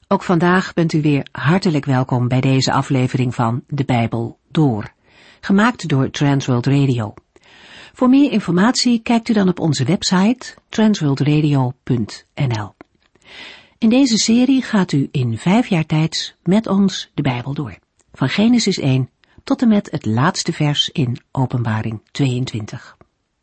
Ook vandaag bent u weer hartelijk welkom bij deze aflevering van De Bijbel Door, gemaakt door Transworld Radio. Voor meer informatie kijkt u dan op onze website transworldradio.nl. In deze serie gaat u in 5 jaar tijd met ons de Bijbel door, van Genesis 1 tot en met het laatste vers in Openbaring 22.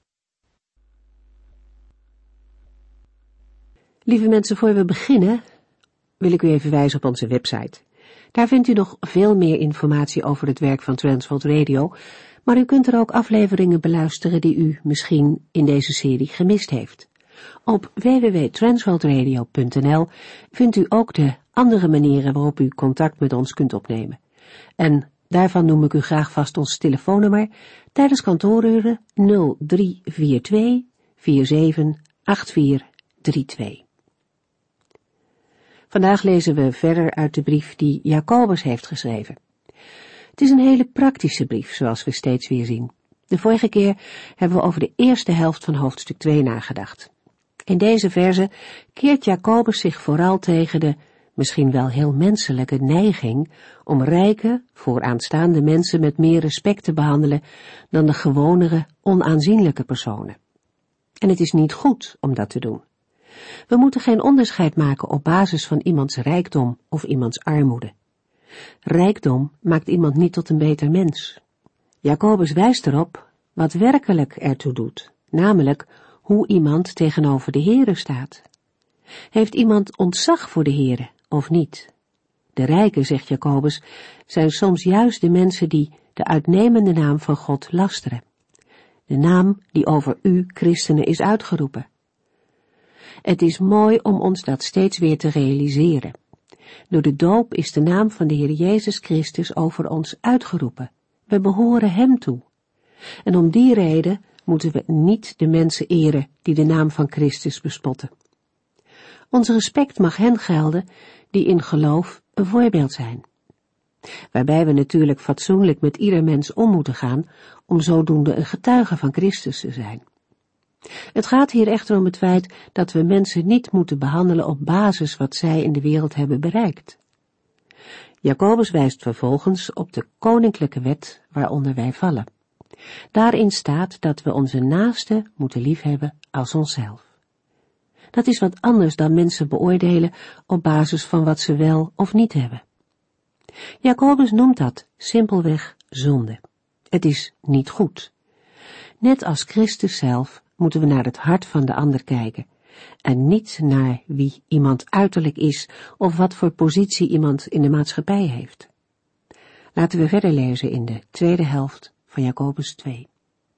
Lieve mensen, voor we beginnen wil ik u even wijzen op onze website. Daar vindt u nog veel meer informatie over het werk van Transworld Radio, maar u kunt er ook afleveringen beluisteren die u misschien in deze serie gemist heeft. Op www.transworldradio.nl vindt u ook de andere manieren waarop u contact met ons kunt opnemen. En daarvan noem ik u graag vast ons telefoonnummer tijdens kantooruren 0342 478432. Vandaag lezen we verder uit de brief die Jacobus heeft geschreven. Het is een hele praktische brief, zoals we steeds weer zien. De vorige keer hebben we over de eerste helft van hoofdstuk 2 nagedacht. In deze verse keert Jacobus zich vooral tegen de, misschien wel heel menselijke neiging om rijke, vooraanstaande mensen met meer respect te behandelen dan de gewonere, onaanzienlijke personen. En het is niet goed om dat te doen. We moeten geen onderscheid maken op basis van iemands rijkdom of iemands armoede. Rijkdom maakt iemand niet tot een beter mens. Jacobus wijst erop wat werkelijk ertoe doet, namelijk hoe iemand tegenover de Heere staat. Heeft iemand ontzag voor de Heere of niet? De rijken, zegt Jacobus, zijn soms juist de mensen die de uitnemende naam van God lasteren. De naam die over u, christenen, is uitgeroepen. Het is mooi om ons dat steeds weer te realiseren. Door de doop is de naam van de Heer Jezus Christus over ons uitgeroepen. We behoren Hem toe. En om die reden moeten we niet de mensen eren die de naam van Christus bespotten. Ons respect mag hen gelden die in geloof een voorbeeld zijn. Waarbij we natuurlijk fatsoenlijk met ieder mens om moeten gaan om zodoende een getuige van Christus te zijn. Het gaat hier echter om het feit dat we mensen niet moeten behandelen op basis wat zij in de wereld hebben bereikt. Jacobus wijst vervolgens op de koninklijke wet waaronder wij vallen. Daarin staat dat we onze naaste moeten liefhebben als onszelf. Dat is wat anders dan mensen beoordelen op basis van wat ze wel of niet hebben. Jacobus noemt dat simpelweg zonde. Het is niet goed. Net als Christus zelf moeten we naar het hart van de ander kijken en niet naar wie iemand uiterlijk is of wat voor positie iemand in de maatschappij heeft. Laten we verder lezen in de tweede helft van Jacobus 2.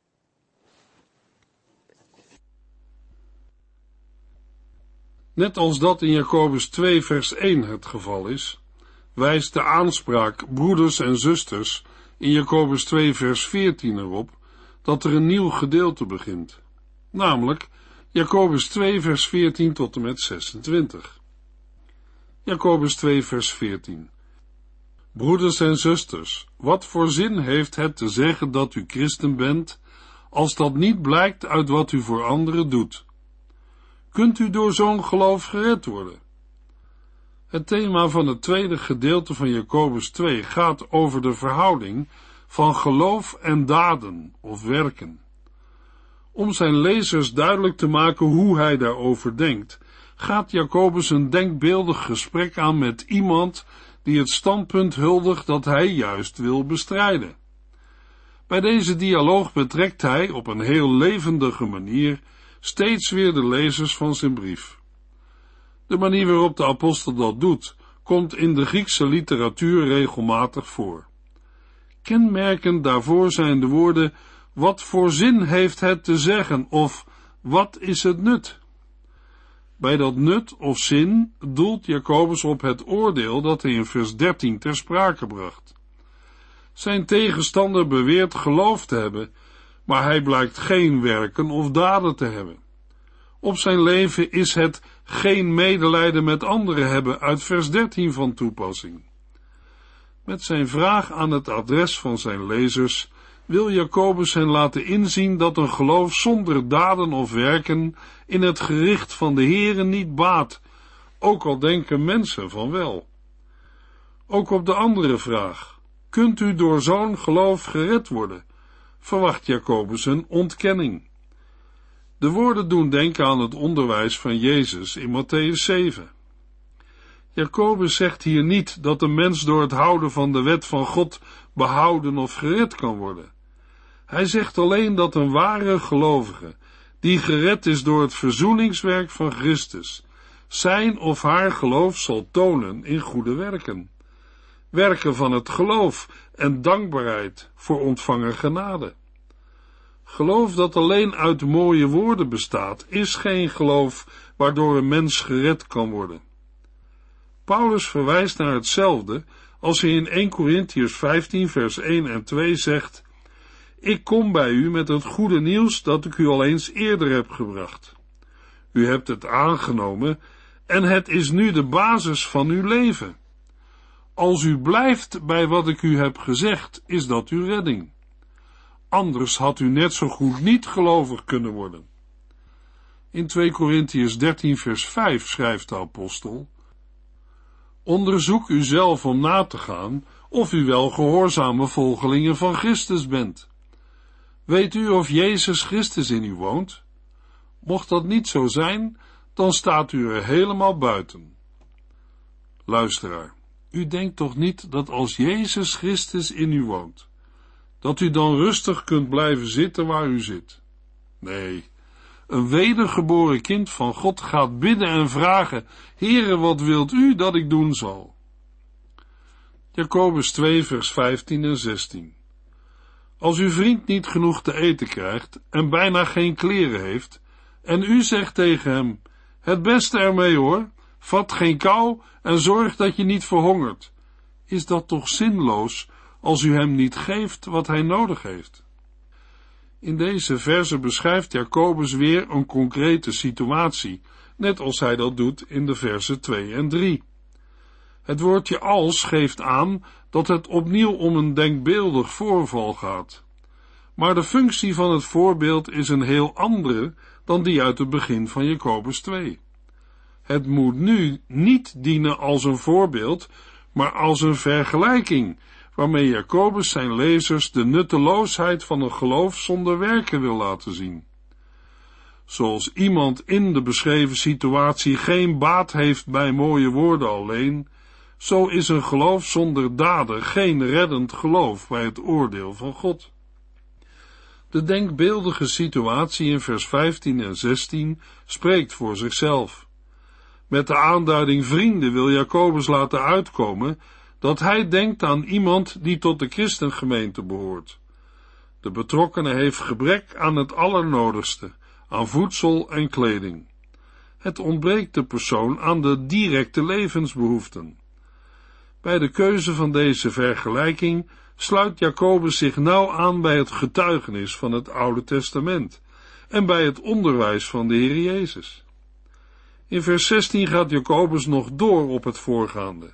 Net als dat in Jacobus 2 vers 1 het geval is, wijst de aanspraak broeders en zusters in Jacobus 2 vers 14 erop dat er een nieuw gedeelte begint. Namelijk Jacobus 2 vers 14 tot en met 26. Jacobus 2 vers 14. Broeders en zusters, wat voor zin heeft het te zeggen dat u christen bent, als dat niet blijkt uit wat u voor anderen doet? Kunt u door zo'n geloof gered worden? Het thema van het tweede gedeelte van Jacobus 2 gaat over de verhouding van geloof en daden of werken. Om zijn lezers duidelijk te maken hoe hij daarover denkt, gaat Jacobus een denkbeeldig gesprek aan met iemand die het standpunt huldigt dat hij juist wil bestrijden. Bij deze dialoog betrekt hij op een heel levendige manier steeds weer de lezers van zijn brief. De manier waarop de apostel dat doet, komt in de Griekse literatuur regelmatig voor. Kenmerkend daarvoor zijn de woorden: wat voor zin heeft het te zeggen, of wat is het nut? Bij dat nut of zin doelt Jacobus op het oordeel dat hij in vers 13 ter sprake bracht. Zijn tegenstander beweert geloof te hebben, maar hij blijkt geen werken of daden te hebben. Op zijn leven is het geen medelijden met anderen hebben uit vers 13 van toepassing. Met zijn vraag aan het adres van zijn lezers wil Jacobus hen laten inzien dat een geloof zonder daden of werken in het gericht van de Heere niet baat, ook al denken mensen van wel. Ook op de andere vraag, kunt u door zo'n geloof gered worden, verwacht Jacobus een ontkenning. De woorden doen denken aan het onderwijs van Jezus in Mattheüs 7. Jacobus zegt hier niet dat een mens door het houden van de wet van God behouden of gered kan worden. Hij zegt alleen dat een ware gelovige, die gered is door het verzoeningswerk van Christus, zijn of haar geloof zal tonen in goede werken. Werken van het geloof en dankbaarheid voor ontvangen genade. Geloof dat alleen uit mooie woorden bestaat, is geen geloof waardoor een mens gered kan worden. Paulus verwijst naar hetzelfde als hij in 1 Korintiërs 15 vers 1 en 2 zegt: Ik kom bij u met het goede nieuws dat ik u al eens eerder heb gebracht. U hebt het aangenomen en het is nu de basis van uw leven. Als u blijft bij wat ik u heb gezegd, is dat uw redding. Anders had u net zo goed niet gelovig kunnen worden. In 2 Korintiërs 13 vers 5 schrijft de apostel: Onderzoek uzelf om na te gaan of u wel gehoorzame volgelingen van Christus bent. Weet u of Jezus Christus in u woont? Mocht dat niet zo zijn, dan staat u er helemaal buiten. Luisteraar, u denkt toch niet dat als Jezus Christus in u woont, dat u dan rustig kunt blijven zitten waar u zit? Nee, een wedergeboren kind van God gaat bidden en vragen: Heere, wat wilt u dat ik doen zal? Jacobus 2 vers 15 en 16. Als uw vriend niet genoeg te eten krijgt en bijna geen kleren heeft, en u zegt tegen hem: Het beste ermee hoor, vat geen kou en zorg dat je niet verhongert, is dat toch zinloos als u hem niet geeft wat hij nodig heeft? In deze verse beschrijft Jacobus weer een concrete situatie, net als hij dat doet in de versen 2 en 3. Het woordje als geeft aan dat het opnieuw om een denkbeeldig voorval gaat. Maar de functie van het voorbeeld is een heel andere dan die uit het begin van Jacobus 2. Het moet nu niet dienen als een voorbeeld, maar als een vergelijking, waarmee Jacobus zijn lezers de nutteloosheid van een geloof zonder werken wil laten zien. Zoals iemand in de beschreven situatie geen baat heeft bij mooie woorden alleen, zo is een geloof zonder daden geen reddend geloof bij het oordeel van God. De denkbeeldige situatie in vers 15 en 16 spreekt voor zichzelf. Met de aanduiding vrienden wil Jacobus laten uitkomen dat hij denkt aan iemand die tot de christengemeente behoort. De betrokkene heeft gebrek aan het allernodigste, aan voedsel en kleding. Het ontbreekt de persoon aan de directe levensbehoeften. Bij de keuze van deze vergelijking sluit Jacobus zich nauw aan bij het getuigenis van het Oude Testament en bij het onderwijs van de Heer Jezus. In vers 16 gaat Jacobus nog door op het voorgaande.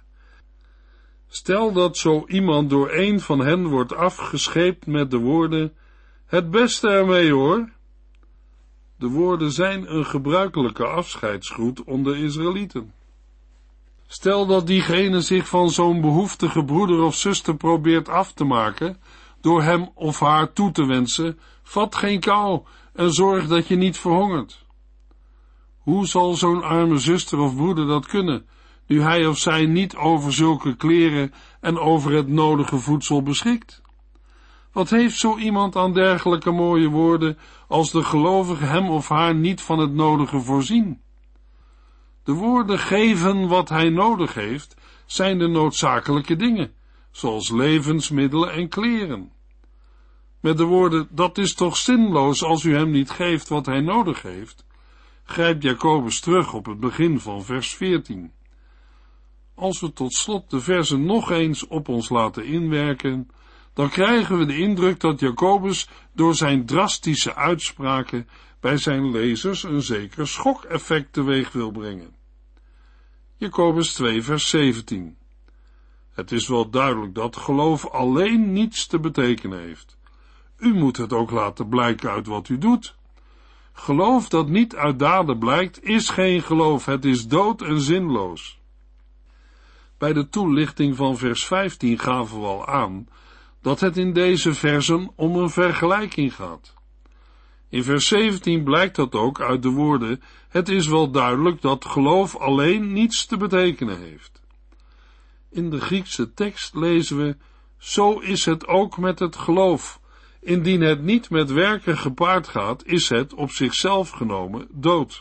Stel dat zo iemand door een van hen wordt afgescheept met de woorden: Het beste ermee hoor. De woorden zijn een gebruikelijke afscheidsgroet onder Israëlieten. Stel dat diegene zich van zo'n behoeftige broeder of zuster probeert af te maken, door hem of haar toe te wensen: vat geen kou en zorg dat je niet verhongert. Hoe zal zo'n arme zuster of broeder dat kunnen, nu hij of zij niet over zulke kleren en over het nodige voedsel beschikt? Wat heeft zo iemand aan dergelijke mooie woorden, als de gelovige hem of haar niet van het nodige voorzien? De woorden geven wat hij nodig heeft, zijn de noodzakelijke dingen, zoals levensmiddelen en kleren. Met de woorden: dat is toch zinloos als u hem niet geeft wat hij nodig heeft, grijpt Jacobus terug op het begin van vers 14. Als we tot slot de versen nog eens op ons laten inwerken, dan krijgen we de indruk dat Jacobus door zijn drastische uitspraken bij zijn lezers een zeker schokeffect teweeg wil brengen. Jacobus 2 vers 17. Het is wel duidelijk dat geloof alleen niets te betekenen heeft. U moet het ook laten blijken uit wat u doet. Geloof dat niet uit daden blijkt, is geen geloof, het is dood en zinloos. Bij de toelichting van vers 15 gaven we al aan dat het in deze versen om een vergelijking gaat. In vers 17 blijkt dat ook uit de woorden: het is wel duidelijk dat geloof alleen niets te betekenen heeft. In de Griekse tekst lezen we: zo is het ook met het geloof. Indien het niet met werken gepaard gaat, is het op zichzelf genomen dood.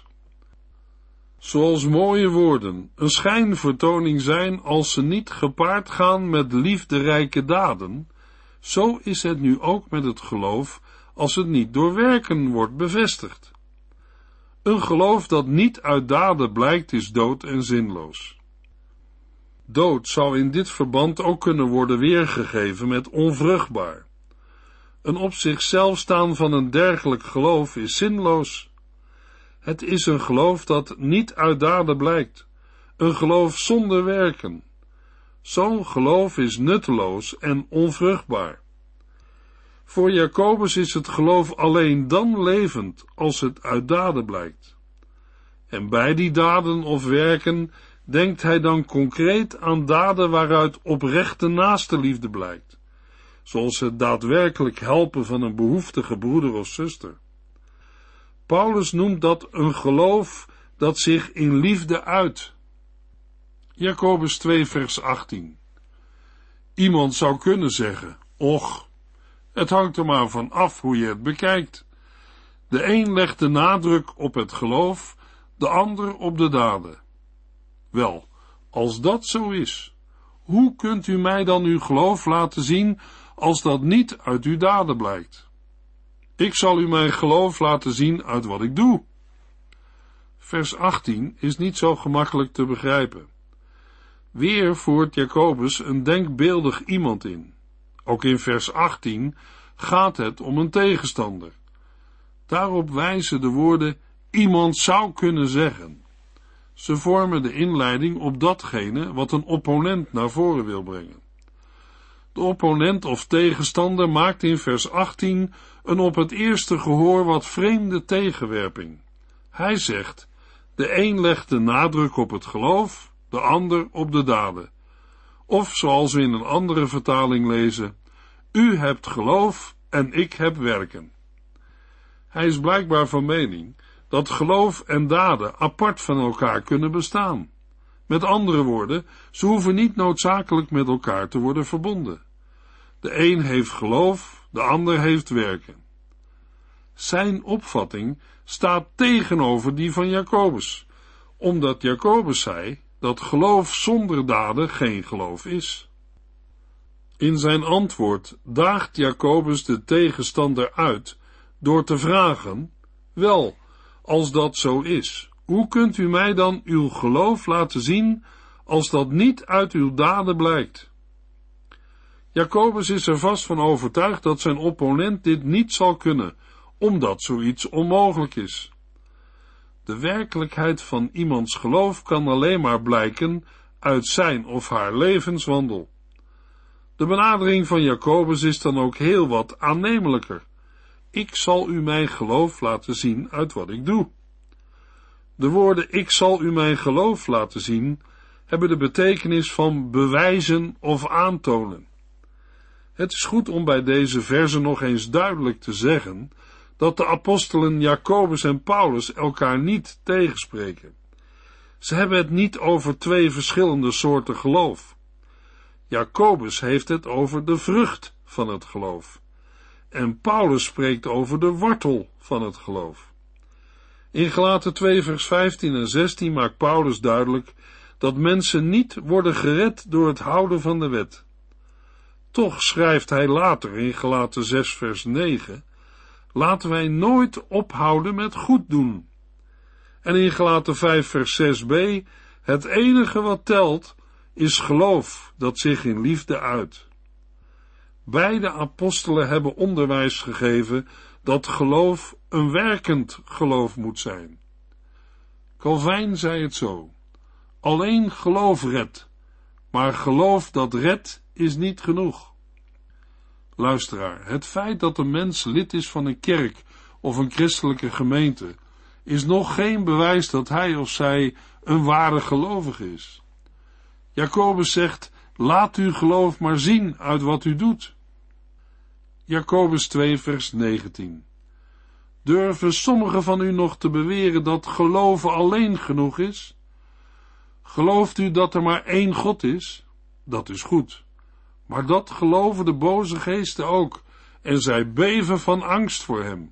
Zoals mooie woorden een schijnvertoning zijn als ze niet gepaard gaan met liefderijke daden, zo is het nu ook met het geloof als het niet door werken wordt bevestigd. Een geloof dat niet uit daden blijkt is dood en zinloos. Dood zou in dit verband ook kunnen worden weergegeven met onvruchtbaar. Een op zichzelf staan van een dergelijk geloof is zinloos. Het is een geloof dat niet uit daden blijkt, een geloof zonder werken. Zo'n geloof is nutteloos en onvruchtbaar. Voor Jacobus is het geloof alleen dan levend als het uit daden blijkt. En bij die daden of werken denkt hij dan concreet aan daden waaruit oprechte naastenliefde blijkt, zoals het daadwerkelijk helpen van een behoeftige broeder of zuster. Paulus noemt dat een geloof dat zich in liefde uit. Jacobus 2 vers 18. Iemand zou kunnen zeggen: och, het hangt er maar van af hoe je het bekijkt. De een legt de nadruk op het geloof, de ander op de daden. Wel, als dat zo is, hoe kunt u mij dan uw geloof laten zien als dat niet uit uw daden blijkt? Ik zal u mijn geloof laten zien uit wat ik doe. Vers 18 is niet zo gemakkelijk te begrijpen. Weer voert Jacobus een denkbeeldig iemand in. Ook in vers 18 gaat het om een tegenstander. Daarop wijzen de woorden: iemand zou kunnen zeggen. Ze vormen de inleiding op datgene wat een opponent naar voren wil brengen. De opponent of tegenstander maakt in vers 18 een op het eerste gehoor wat vreemde tegenwerping. Hij zegt: de een legt de nadruk op het geloof, de ander op de daden. Of zoals we in een andere vertaling lezen: u hebt geloof en ik heb werken. Hij is blijkbaar van mening dat geloof en daden apart van elkaar kunnen bestaan. Met andere woorden, ze hoeven niet noodzakelijk met elkaar te worden verbonden. De een heeft geloof, de ander heeft werken. Zijn opvatting staat tegenover die van Jacobus, omdat Jacobus zei dat geloof zonder daden geen geloof is. In zijn antwoord daagt Jacobus de tegenstander uit door te vragen: wel, als dat zo is, hoe kunt u mij dan uw geloof laten zien als dat niet uit uw daden blijkt? Jacobus is er vast van overtuigd dat zijn opponent dit niet zal kunnen, omdat zoiets onmogelijk is. De werkelijkheid van iemands geloof kan alleen maar blijken uit zijn of haar levenswandel. De benadering van Jacobus is dan ook heel wat aannemelijker. Ik zal u mijn geloof laten zien uit wat ik doe. De woorden ik zal u mijn geloof laten zien hebben de betekenis van bewijzen of aantonen. Het is goed om bij deze verzen nog eens duidelijk te zeggen dat de apostelen Jacobus en Paulus elkaar niet tegenspreken. Ze hebben het niet over twee verschillende soorten geloof. Jacobus heeft het over de vrucht van het geloof. En Paulus spreekt over de wortel van het geloof. In Galaten 2 vers 15 en 16 maakt Paulus duidelijk dat mensen niet worden gered door het houden van de wet. Toch schrijft hij later in Galaten 6 vers 9: laten wij nooit ophouden met goed doen. En in Galaten 5 vers 6b: het enige wat telt is geloof dat zich in liefde uit. Beide apostelen hebben onderwijs gegeven dat geloof een werkend geloof moet zijn. Calvijn zei het zo: alleen geloof redt, maar geloof dat redt is niet genoeg. Luisteraar, het feit dat een mens lid is van een kerk of een christelijke gemeente, is nog geen bewijs dat hij of zij een ware gelovige is. Jacobus zegt, laat uw geloof maar zien uit wat u doet. Jacobus 2 vers 19. Durven sommigen van u nog te beweren dat geloven alleen genoeg is? Gelooft u dat er maar één God is? Dat is goed. Maar dat geloven de boze geesten ook, en zij beven van angst voor hem.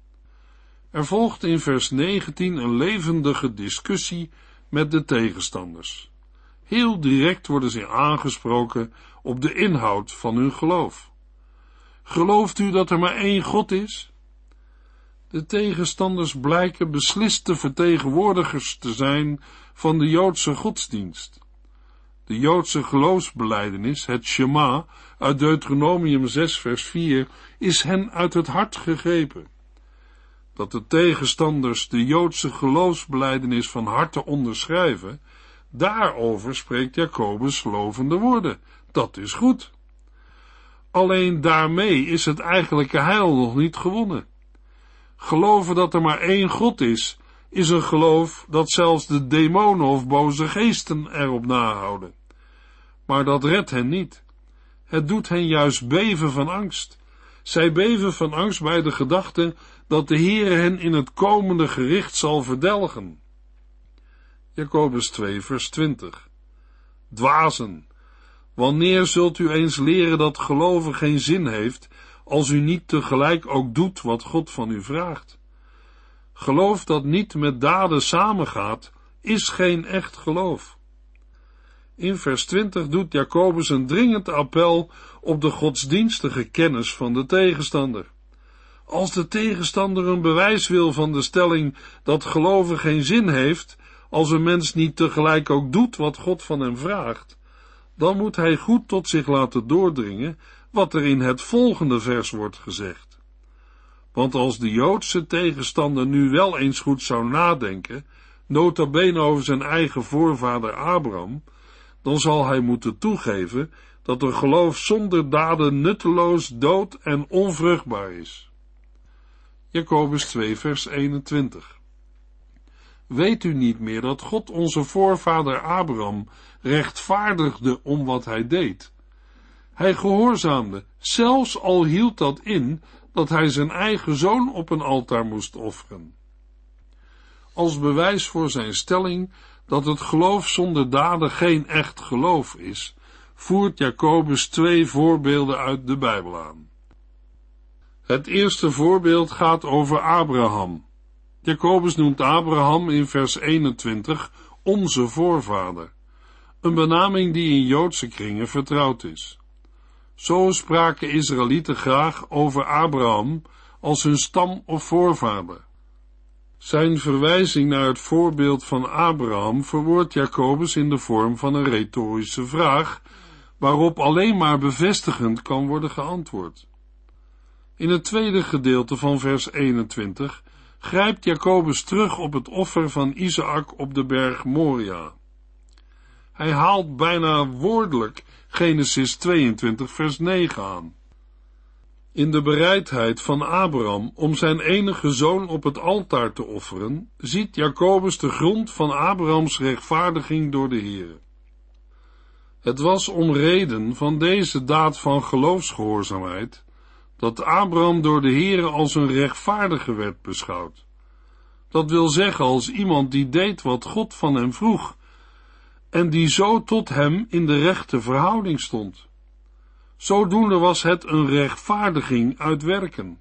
Er volgt in vers 19 een levendige discussie met de tegenstanders. Heel direct worden ze aangesproken op de inhoud van hun geloof. Gelooft u dat er maar één God is? De tegenstanders blijken besliste vertegenwoordigers te zijn van de Joodse godsdienst. De Joodse geloofsbelijdenis, het Shema, uit Deuteronomium 6 vers 4, is hen uit het hart gegrepen. Dat de tegenstanders de Joodse geloofsbelijdenis van harte onderschrijven, daarover spreekt Jacobus lovende woorden. Dat is goed. Alleen daarmee is het eigenlijke heil nog niet gewonnen. Geloven dat er maar één God is een geloof dat zelfs de demonen of boze geesten erop nahouden. Maar dat redt hen niet. Het doet hen juist beven van angst. Zij beven van angst bij de gedachte dat de Heere hen in het komende gericht zal verdelgen. Jacobus 2 vers 20. Dwazen, wanneer zult u eens leren dat geloven geen zin heeft, als u niet tegelijk ook doet wat God van u vraagt? Geloof dat niet met daden samengaat, is geen echt geloof. In vers 20 doet Jacobus een dringend appel op de godsdienstige kennis van de tegenstander. Als de tegenstander een bewijs wil van de stelling dat geloven geen zin heeft, als een mens niet tegelijk ook doet wat God van hem vraagt, dan moet hij goed tot zich laten doordringen wat er in het volgende vers wordt gezegd. Want als de Joodse tegenstander nu wel eens goed zou nadenken, nota bene over zijn eigen voorvader Abraham, dan zal hij moeten toegeven dat een geloof zonder daden nutteloos, dood en onvruchtbaar is. Jacobus 2 vers 21. Weet u niet meer dat God onze voorvader Abraham rechtvaardigde om wat hij deed? Hij gehoorzaamde, zelfs al hield dat in dat hij zijn eigen zoon op een altaar moest offeren. Als bewijs voor zijn stelling dat het geloof zonder daden geen echt geloof is, voert Jacobus 2 voorbeelden uit de Bijbel aan. Het eerste voorbeeld gaat over Abraham. Jacobus noemt Abraham in vers 21 onze voorvader, een benaming die in Joodse kringen vertrouwd is. Zo spraken Israëlieten graag over Abraham als hun stam of voorvader. Zijn verwijzing naar het voorbeeld van Abraham verwoordt Jacobus in de vorm van een retorische vraag, waarop alleen maar bevestigend kan worden geantwoord. In het tweede gedeelte van vers 21 grijpt Jacobus terug op het offer van Isaak op de berg Moria. Hij haalt bijna woordelijk Genesis 22 vers 9 aan. In de bereidheid van Abraham om zijn enige zoon op het altaar te offeren, ziet Jacobus de grond van Abrahams rechtvaardiging door de Heere. Het was om reden van deze daad van geloofsgehoorzaamheid dat Abraham door de Heere als een rechtvaardige werd beschouwd. Dat wil zeggen als iemand die deed wat God van hem vroeg en die zo tot hem in de rechte verhouding stond. Zodoende was het een rechtvaardiging uit werken.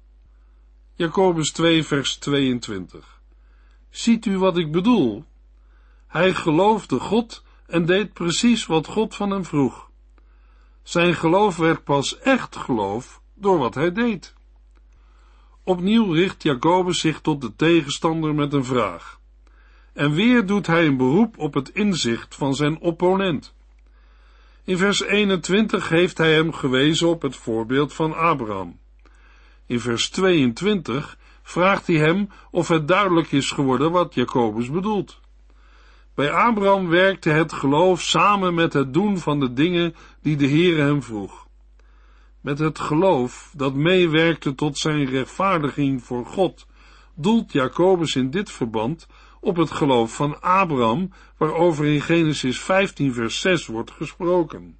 Jacobus 2 vers 22. Ziet u wat ik bedoel? Hij geloofde God en deed precies wat God van hem vroeg. Zijn geloof werd pas echt geloof door wat hij deed. Opnieuw richt Jacobus zich tot de tegenstander met een vraag. En weer doet hij een beroep op het inzicht van zijn opponent. In vers 21 heeft hij hem gewezen op het voorbeeld van Abraham. In vers 22 vraagt hij hem of het duidelijk is geworden wat Jacobus bedoelt. Bij Abraham werkte het geloof samen met het doen van de dingen die de Heere hem vroeg. Met het geloof dat meewerkte tot zijn rechtvaardiging voor God, doelt Jacobus in dit verband op het geloof van Abraham, waarover in Genesis 15 vers 6 wordt gesproken.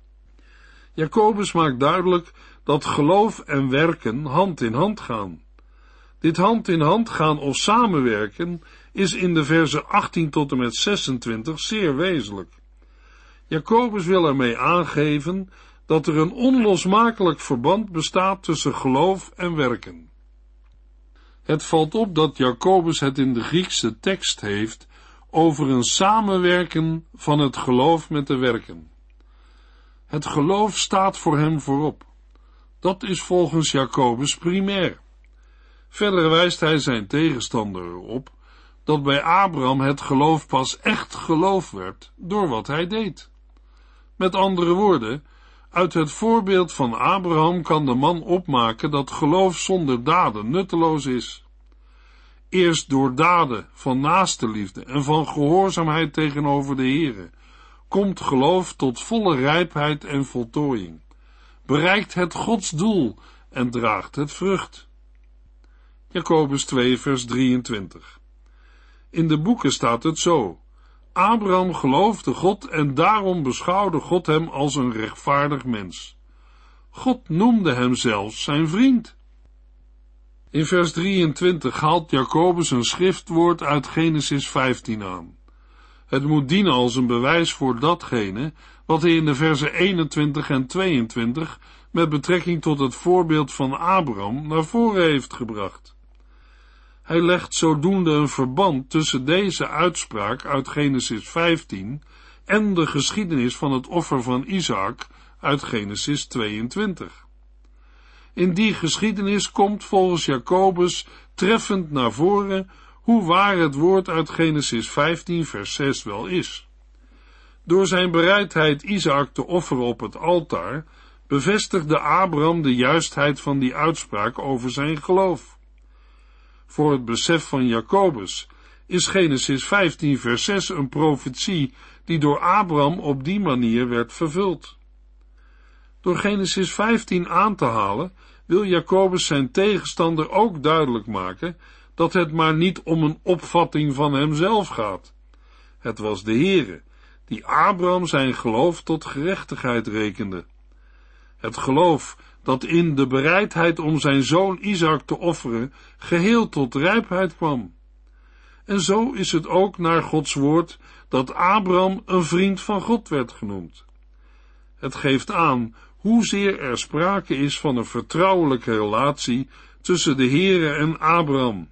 Jacobus maakt duidelijk dat geloof en werken hand in hand gaan. Dit hand in hand gaan of samenwerken is in de verzen 18 tot en met 26 zeer wezenlijk. Jacobus wil ermee aangeven dat er een onlosmakelijk verband bestaat tussen geloof en werken. Het valt op dat Jacobus het in de Griekse tekst heeft over een samenwerken van het geloof met de werken. Het geloof staat voor hem voorop. Dat is volgens Jacobus primair. Verder wijst hij zijn tegenstander erop dat bij Abraham het geloof pas echt geloof werd door wat hij deed. Met andere woorden, uit het voorbeeld van Abraham kan de man opmaken dat geloof zonder daden nutteloos is. Eerst door daden van naastenliefde en van gehoorzaamheid tegenover de Here komt geloof tot volle rijpheid en voltooiing, bereikt het Gods doel en draagt het vrucht. Jacobus 2 vers 23. In de boeken staat het zo: Abraham geloofde God en daarom beschouwde God hem als een rechtvaardig mens. God noemde hem zelfs zijn vriend. In vers 23 haalt Jacobus een schriftwoord uit Genesis 15 aan. Het moet dienen als een bewijs voor datgene wat hij in de versen 21 en 22 met betrekking tot het voorbeeld van Abraham naar voren heeft gebracht. Hij legt zodoende een verband tussen deze uitspraak uit Genesis 15 en de geschiedenis van het offer van Isaac uit Genesis 22. In die geschiedenis komt volgens Jacobus treffend naar voren hoe waar het woord uit Genesis 15 vers 6 wel is. Door zijn bereidheid Isaac te offeren op het altaar, bevestigde Abraham de juistheid van die uitspraak over zijn geloof. Voor het besef van Jacobus is Genesis 15 vers 6 een profetie die door Abraham op die manier werd vervuld. Door Genesis 15 aan te halen, wil Jacobus zijn tegenstander ook duidelijk maken dat het maar niet om een opvatting van hemzelf gaat. Het was de Heere, die Abraham zijn geloof tot gerechtigheid rekende. Het geloof dat in de bereidheid om zijn zoon Isaac te offeren geheel tot rijpheid kwam. En zo is het ook naar Gods woord dat Abraham een vriend van God werd genoemd. Het geeft aan hoezeer er sprake is van een vertrouwelijke relatie tussen de Heere en Abraham.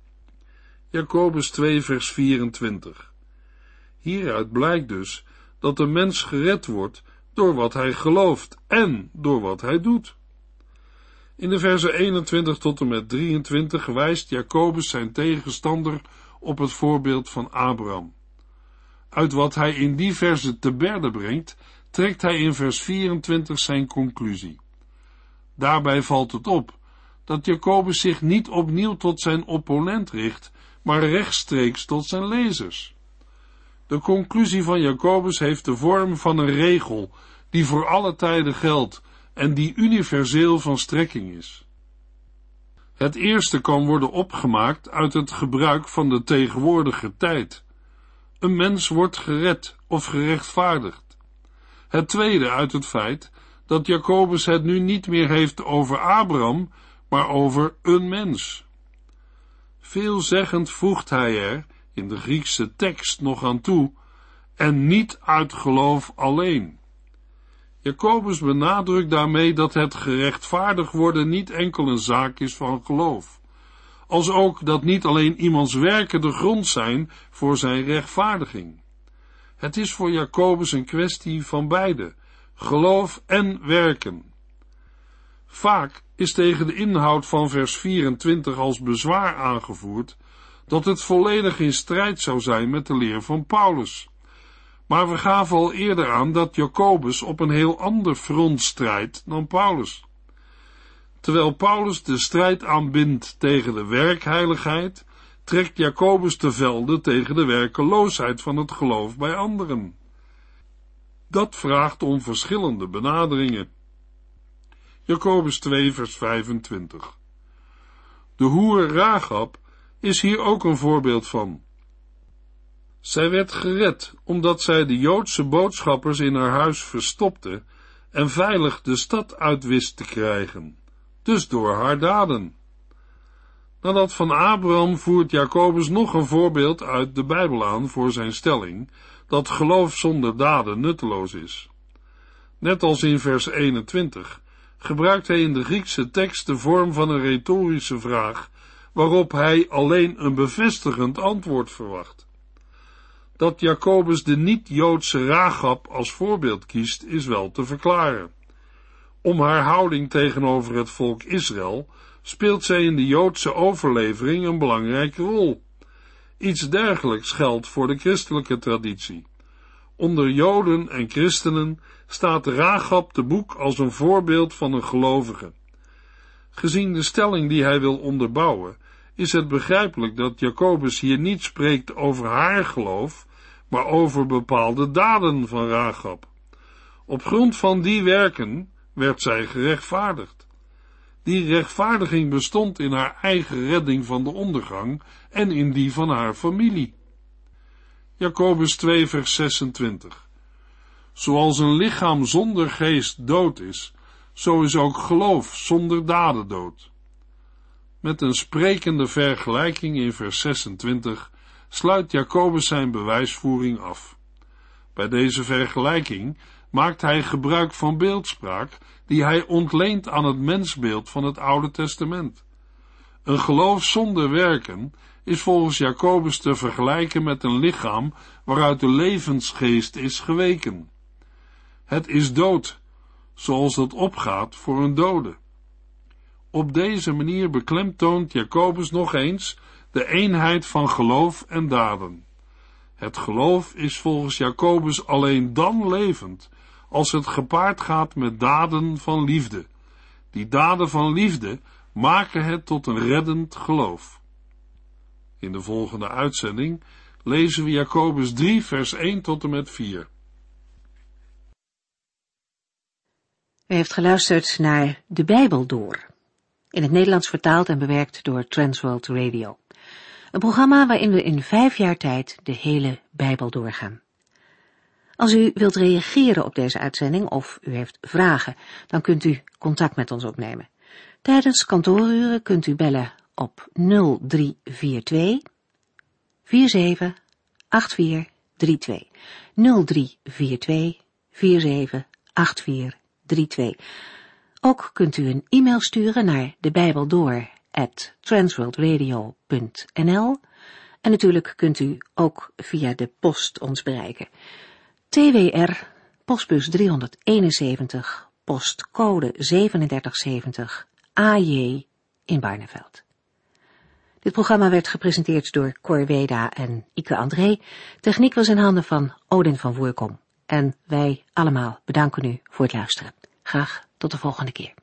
Jacobus 2 vers 24. Hieruit blijkt dus dat de mens gered wordt door wat hij gelooft en door wat hij doet. In de versen 21 tot en met 23 wijst Jacobus zijn tegenstander op het voorbeeld van Abraham. Uit wat hij in die versen te berde brengt, trekt hij in vers 24 zijn conclusie. Daarbij valt het op dat Jacobus zich niet opnieuw tot zijn opponent richt, maar rechtstreeks tot zijn lezers. De conclusie van Jacobus heeft de vorm van een regel die voor alle tijden geldt en die universeel van strekking is. Het eerste kan worden opgemaakt uit het gebruik van de tegenwoordige tijd. Een mens wordt gered of gerechtvaardigd. Het tweede uit het feit dat Jacobus het nu niet meer heeft over Abraham, maar over een mens. Veelzeggend voegt hij er in de Griekse tekst nog aan toe, en niet uit geloof alleen. Jacobus benadrukt daarmee dat het gerechtvaardigd worden niet enkel een zaak is van geloof, als ook dat niet alleen iemands werken de grond zijn voor zijn rechtvaardiging. Het is voor Jacobus een kwestie van beide, geloof en werken. Vaak is tegen de inhoud van vers 24 als bezwaar aangevoerd dat het volledig in strijd zou zijn met de leer van Paulus. Maar we gaven al eerder aan dat Jacobus op een heel ander front strijdt dan Paulus. Terwijl Paulus de strijd aanbindt tegen de werkheiligheid, trekt Jacobus te velde tegen de werkeloosheid van het geloof bij anderen. Dat vraagt om verschillende benaderingen. Jacobus 2 vers 25. De hoer Rachab is hier ook een voorbeeld van. Zij werd gered omdat zij de Joodse boodschappers in haar huis verstopte en veilig de stad uit wist te krijgen, dus door haar daden. Na dat van Abraham voert Jacobus nog een voorbeeld uit de Bijbel aan voor zijn stelling dat geloof zonder daden nutteloos is. Net als in vers 21 gebruikt hij in de Griekse tekst de vorm van een retorische vraag, waarop hij alleen een bevestigend antwoord verwacht. Dat Jacobus de niet-Joodse Rachab als voorbeeld kiest, is wel te verklaren. Om haar houding tegenover het volk Israël speelt zij in de Joodse overlevering een belangrijke rol. Iets dergelijks geldt voor de christelijke traditie. Onder Joden en christenen staat Rachab te boek als een voorbeeld van een gelovige. Gezien de stelling die hij wil onderbouwen, is het begrijpelijk dat Jacobus hier niet spreekt over haar geloof, maar over bepaalde daden van Rachab. Op grond van die werken werd zij gerechtvaardigd. Die rechtvaardiging bestond in haar eigen redding van de ondergang en in die van haar familie. Jacobus 2 vers 26. Zoals een lichaam zonder geest dood is, zo is ook geloof zonder daden dood. Met een sprekende vergelijking in vers 26 sluit Jacobus zijn bewijsvoering af. Bij deze vergelijking maakt hij gebruik van beeldspraak die hij ontleent aan het mensbeeld van het Oude Testament. Een geloof zonder werken is volgens Jacobus te vergelijken met een lichaam waaruit de levensgeest is geweken. Het is dood, zoals dat opgaat voor een dode. Op deze manier beklemtoont Jacobus nog eens de eenheid van geloof en daden. Het geloof is volgens Jacobus alleen dan levend als het gepaard gaat met daden van liefde. Die daden van liefde maken het tot een reddend geloof. In de volgende uitzending lezen we Jacobus 3 vers 1 tot en met 4. U heeft geluisterd naar De Bijbel Door, in het Nederlands vertaald en bewerkt door Transworld Radio. Een programma waarin we in 5 jaar tijd de hele Bijbel doorgaan. Als u wilt reageren op deze uitzending of u heeft vragen, dan kunt u contact met ons opnemen. Tijdens kantooruren kunt u bellen op 0342 478432. 0342 478432. Ook kunt u een e-mail sturen naar debijbeldoor@transworldradio.nl en natuurlijk kunt u ook via de post ons bereiken. TWR, postbus 371, postcode 3770, AJ in Barneveld. Dit programma werd gepresenteerd door Cor Weda en Ike André. Techniek was in handen van Odin van Woerkom. En wij allemaal bedanken u voor het luisteren. Graag tot de volgende keer.